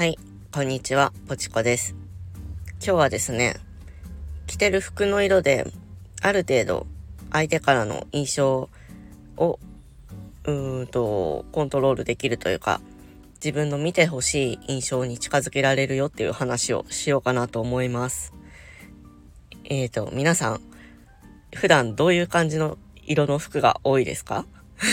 はい、こんにちは、ぽちこです。今日はですね、着てる服の色である程度相手からの印象をコントロールできるというか、自分の見てほしい印象に近づけられるよっていう話をしようかなと思います。皆さん普段どういう感じの色の服が多いですか？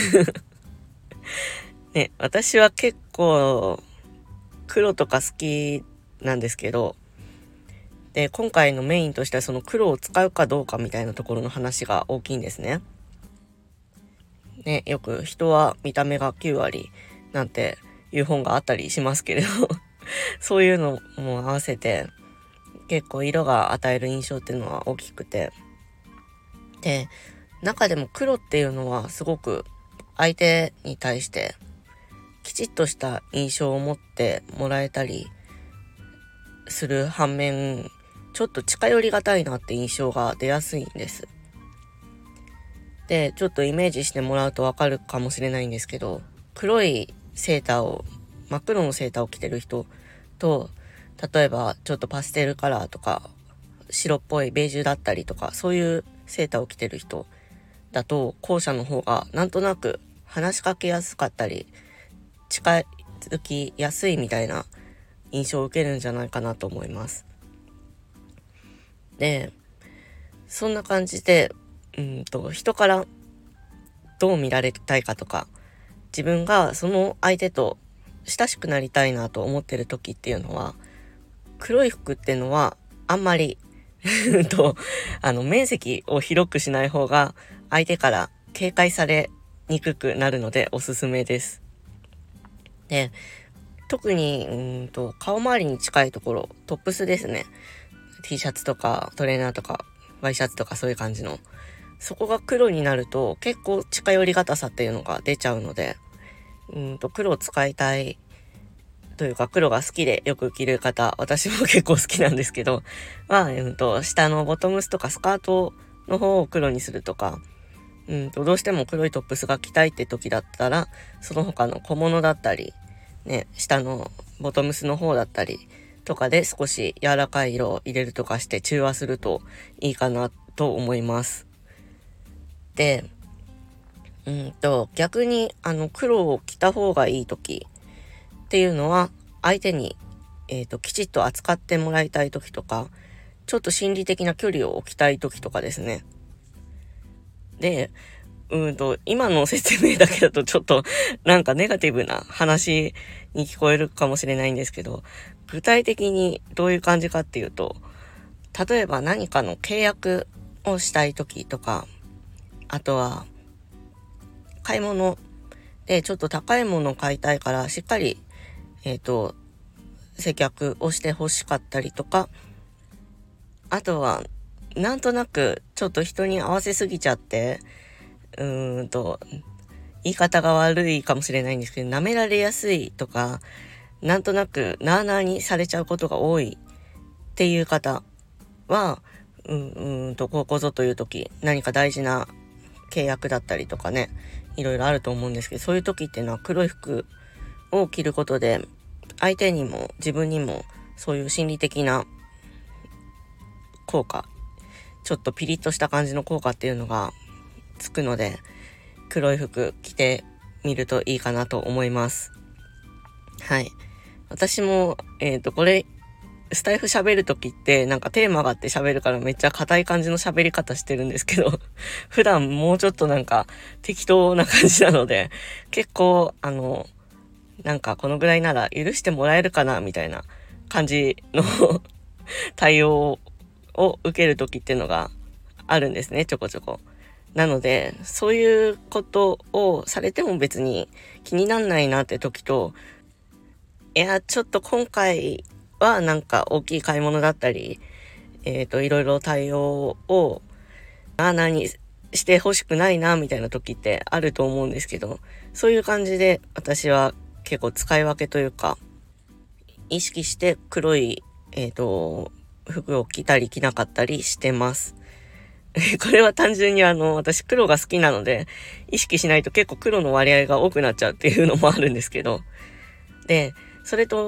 ね、私は結構黒とか好きなんですけど、で今回のメインとしてはその黒を使うかどうかみたいなところの話が大きいんですね。ね、よく人は見た目が9割なんていう本があったりしますけれどそういうのも合わせて結構色が与える印象っていうのは大きくて、で中でも黒っていうのはすごく相手に対してきちっとした印象を持ってもらえたりする反面、ちょっと近寄りがたいなって印象が出やすいんです。で、ちょっとイメージしてもらうとわかるかもしれないんですけど、黒いセーターを、真っ黒のセーターを着てる人と、例えばちょっとパステルカラーとか白っぽいベージュだったりとか、そういうセーターを着てる人だと、後者の方がなんとなく話しかけやすかったり近づきやすいみたいな印象を受けるんじゃないかなと思います。で、そんな感じで人からどう見られたいかとか、自分がその相手と親しくなりたいなと思ってる時っていうのは、黒い服っていうのはあんまり面積を広くしない方が相手から警戒されにくくなるのでおすすめです。で、特に顔周りに近いところ、トップスですね。T シャツとかトレーナーとかワイシャツとかそういう感じの、そこが黒になると結構近寄りがたさっていうのが出ちゃうので、黒を使いたいというか、黒が好きでよく着る方、私も結構好きなんですけど、下のボトムスとかスカートの方を黒にするとか、どうしても黒いトップスが着たいって時だったら、その他の小物だったり、ね、下のボトムスの方だったりとかで少し柔らかい色を入れるとかして中和するといいかなと思います。で、逆に黒を着た方がいい時っていうのは、相手にきちっと扱ってもらいたい時とか、ちょっと心理的な距離を置きたい時とかですね。で、今の説明だけだとちょっとなんかネガティブな話に聞こえるかもしれないんですけど、具体的にどういう感じかっていうと、例えば何かの契約をしたい時とか、あとは買い物でちょっと高いものを買いたいからしっかり接客をして欲しかったりとか、あとはなんとなくちょっと人に合わせすぎちゃって、言い方が悪いかもしれないんですけど、舐められやすいとか、なんとなくなあなあにされちゃうことが多いっていう方は、ここぞという時、何か大事な契約だったりとかね、いろいろあると思うんですけど、そういう時っていうのは黒い服を着ることで、相手にも自分にもそういう心理的な効果、ちょっとピリッとした感じの効果っていうのがつくので、黒い服着てみるといいかなと思います。はい。私も、これ、スタイフ喋るときってなんかテーマがあって喋るからめっちゃ硬い感じの喋り方してるんですけど、普段もうちょっとなんか適当な感じなので、結構なんかこのぐらいなら許してもらえるかなみたいな感じの対応を受けるときっていうのがあるんですね、ちょこちょこ。なので、そういうことをされても別に気になんないなって時と、いや、ちょっと今回はなんか大きい買い物だったり、いろいろ対応を何してほしくないなみたいな時ってあると思うんですけど、そういう感じで私は結構使い分けというか、意識して黒い、服を着たり着なかったりしてます。これは単純に私黒が好きなので、意識しないと結構黒の割合が多くなっちゃうっていうのもあるんですけど、で、それと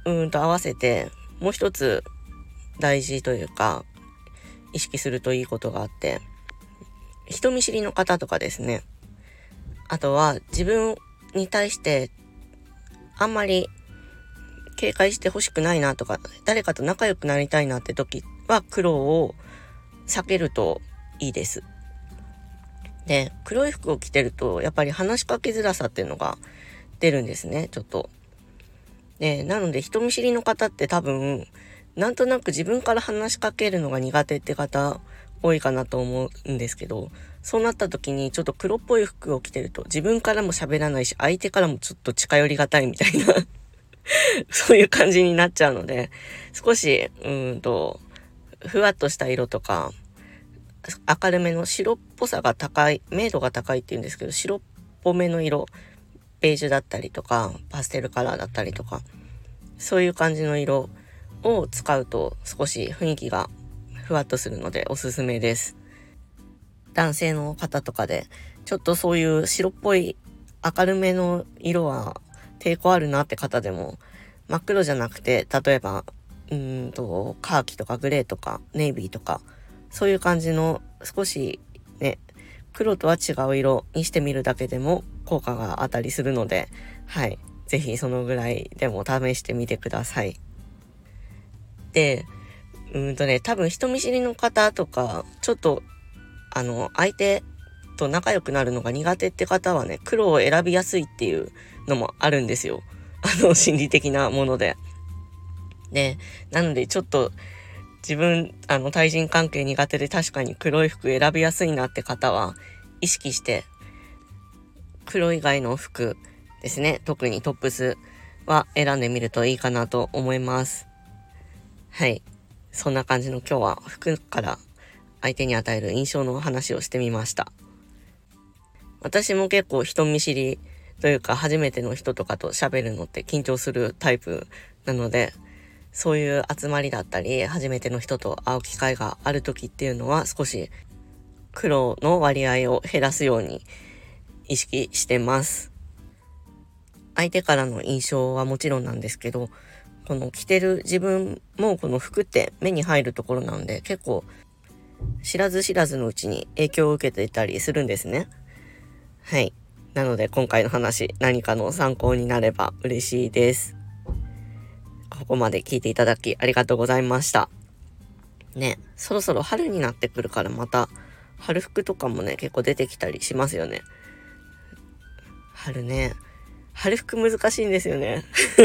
合わせてもう一つ大事というか意識するといいことがあって、人見知りの方とかですね、あとは自分に対してあんまり警戒してほしくないなとか、誰かと仲良くなりたいなって時は黒を避けるといいです。で、黒い服を着てるとやっぱり話しかけづらさっていうのが出るんですね、ちょっと。で、なので人見知りの方って多分なんとなく自分から話しかけるのが苦手って方多いかなと思うんですけど、そうなった時にちょっと黒っぽい服を着てると自分からも喋らないし、相手からもちょっと近寄りがたいみたいなそういう感じになっちゃうので、少しふわっとした色とか明るめの白っぽさが高い、明度が高いっていうんですけど、白っぽめの色、ベージュだったりとかパステルカラーだったりとか、そういう感じの色を使うと少し雰囲気がふわっとするのでおすすめです。男性の方とかでちょっとそういう白っぽい明るめの色は抵抗あるなって方でも、真っ黒じゃなくて、例えばカーキとかグレーとかネイビーとか、そういう感じの少しね、黒とは違う色にしてみるだけでも効果があったりするので、はい、ぜひそのぐらいでも試してみてください。で、多分人見知りの方とか、ちょっと相手と仲良くなるのが苦手って方はね、黒を選びやすいっていうのもあるんですよ。心理的なもので。で、なのでちょっと自分、対人関係苦手で確かに黒い服選びやすいなって方は、意識して、黒以外の服ですね、特にトップスは選んでみるといいかなと思います。はい。そんな感じの今日は服から相手に与える印象の話をしてみました。私も結構人見知りというか初めての人とかと喋るのって緊張するタイプなので、そういう集まりだったり初めての人と会う機会がある時っていうのは少し黒の割合を減らすように意識してます。相手からの印象はもちろんなんですけど、この着てる自分もこの服って目に入るところなので、結構知らず知らずのうちに影響を受けていたりするんですね。はい。なので今回の話、何かの参考になれば嬉しいです。ここまで聞いていただきありがとうございました。ね、そろそろ春になってくるからまた春服とかもね、結構出てきたりしますよね。春ね、春服難しいんですよね。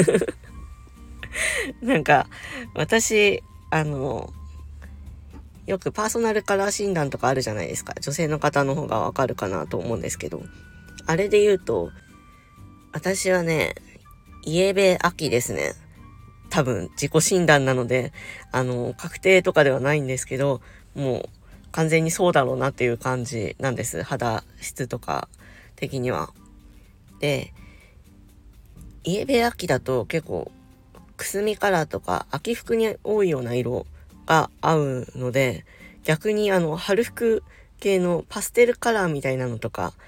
なんか私よくパーソナルカラー診断とかあるじゃないですか。女性の方の方がわかるかなと思うんですけど、あれで言うと私はね、イエベ秋ですね。多分自己診断なので確定とかではないんですけど、もう完全にそうだろうなっていう感じなんです。肌質とか的には。で、イエベ秋だと結構くすみカラーとか秋服に多いような色が合うので、逆に春服系のパステルカラーみたいなのとか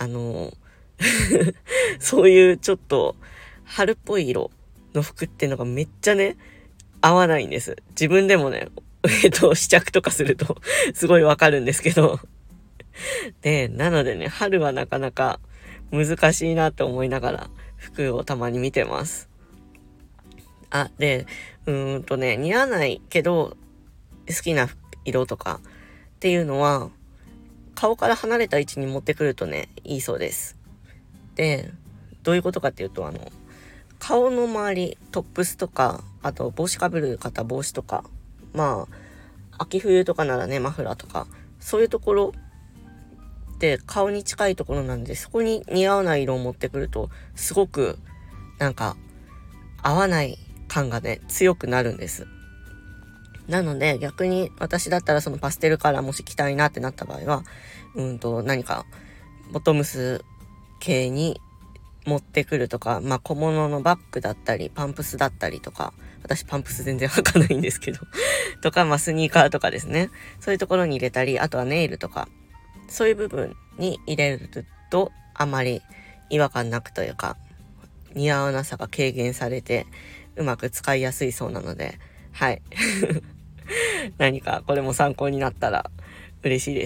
そういうちょっと春っぽい色の服っていうのがめっちゃね合わないんです。自分でもね試着とかするとすごいわかるんですけどで、なのでね、春はなかなか難しいなと思いながら服をたまに見てます。で、似合わないけど好きな色とかっていうのは顔から離れた位置に持ってくるとね、いいそうです。で、どういうことかっていうと、顔の周り、トップスとか、あと帽子かぶる方、帽子とか、まあ秋冬とかならね、マフラーとか、そういうところって顔に近いところなんで、そこに似合わない色を持ってくるとすごくなんか合わない感がね強くなるんです。なので逆に私だったらそのパステルカラーもし着たいなってなった場合は何かボトムス系に持ってくるとか、小物のバッグだったりパンプスだったりとか、私パンプス全然履かないんですけどとか、スニーカーとかですね、そういうところに入れたり、あとはネイルとかそういう部分に入れるとあまり違和感なくというか似合わなさが軽減されてうまく使いやすいそうなので、はい。何かこれも参考になったら嬉しいです。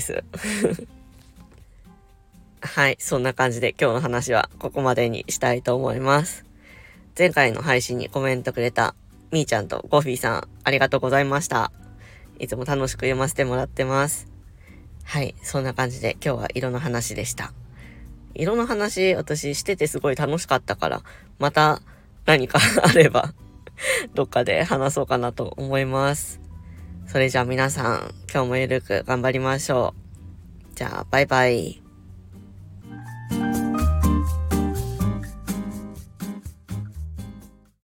はい、そんな感じで今日の話はここまでにしたいと思います。前回の配信にコメントくれたみーちゃんとゴフィーさん、ありがとうございました。いつも楽しく読ませてもらってます。はい、そんな感じで今日は色の話でした。色の話、私しててすごい楽しかったから、また何かあれば、どっかで話そうかなと思います。それじゃあ皆さん、今日もゆるく頑張りましょう。じゃあ、バイバイ。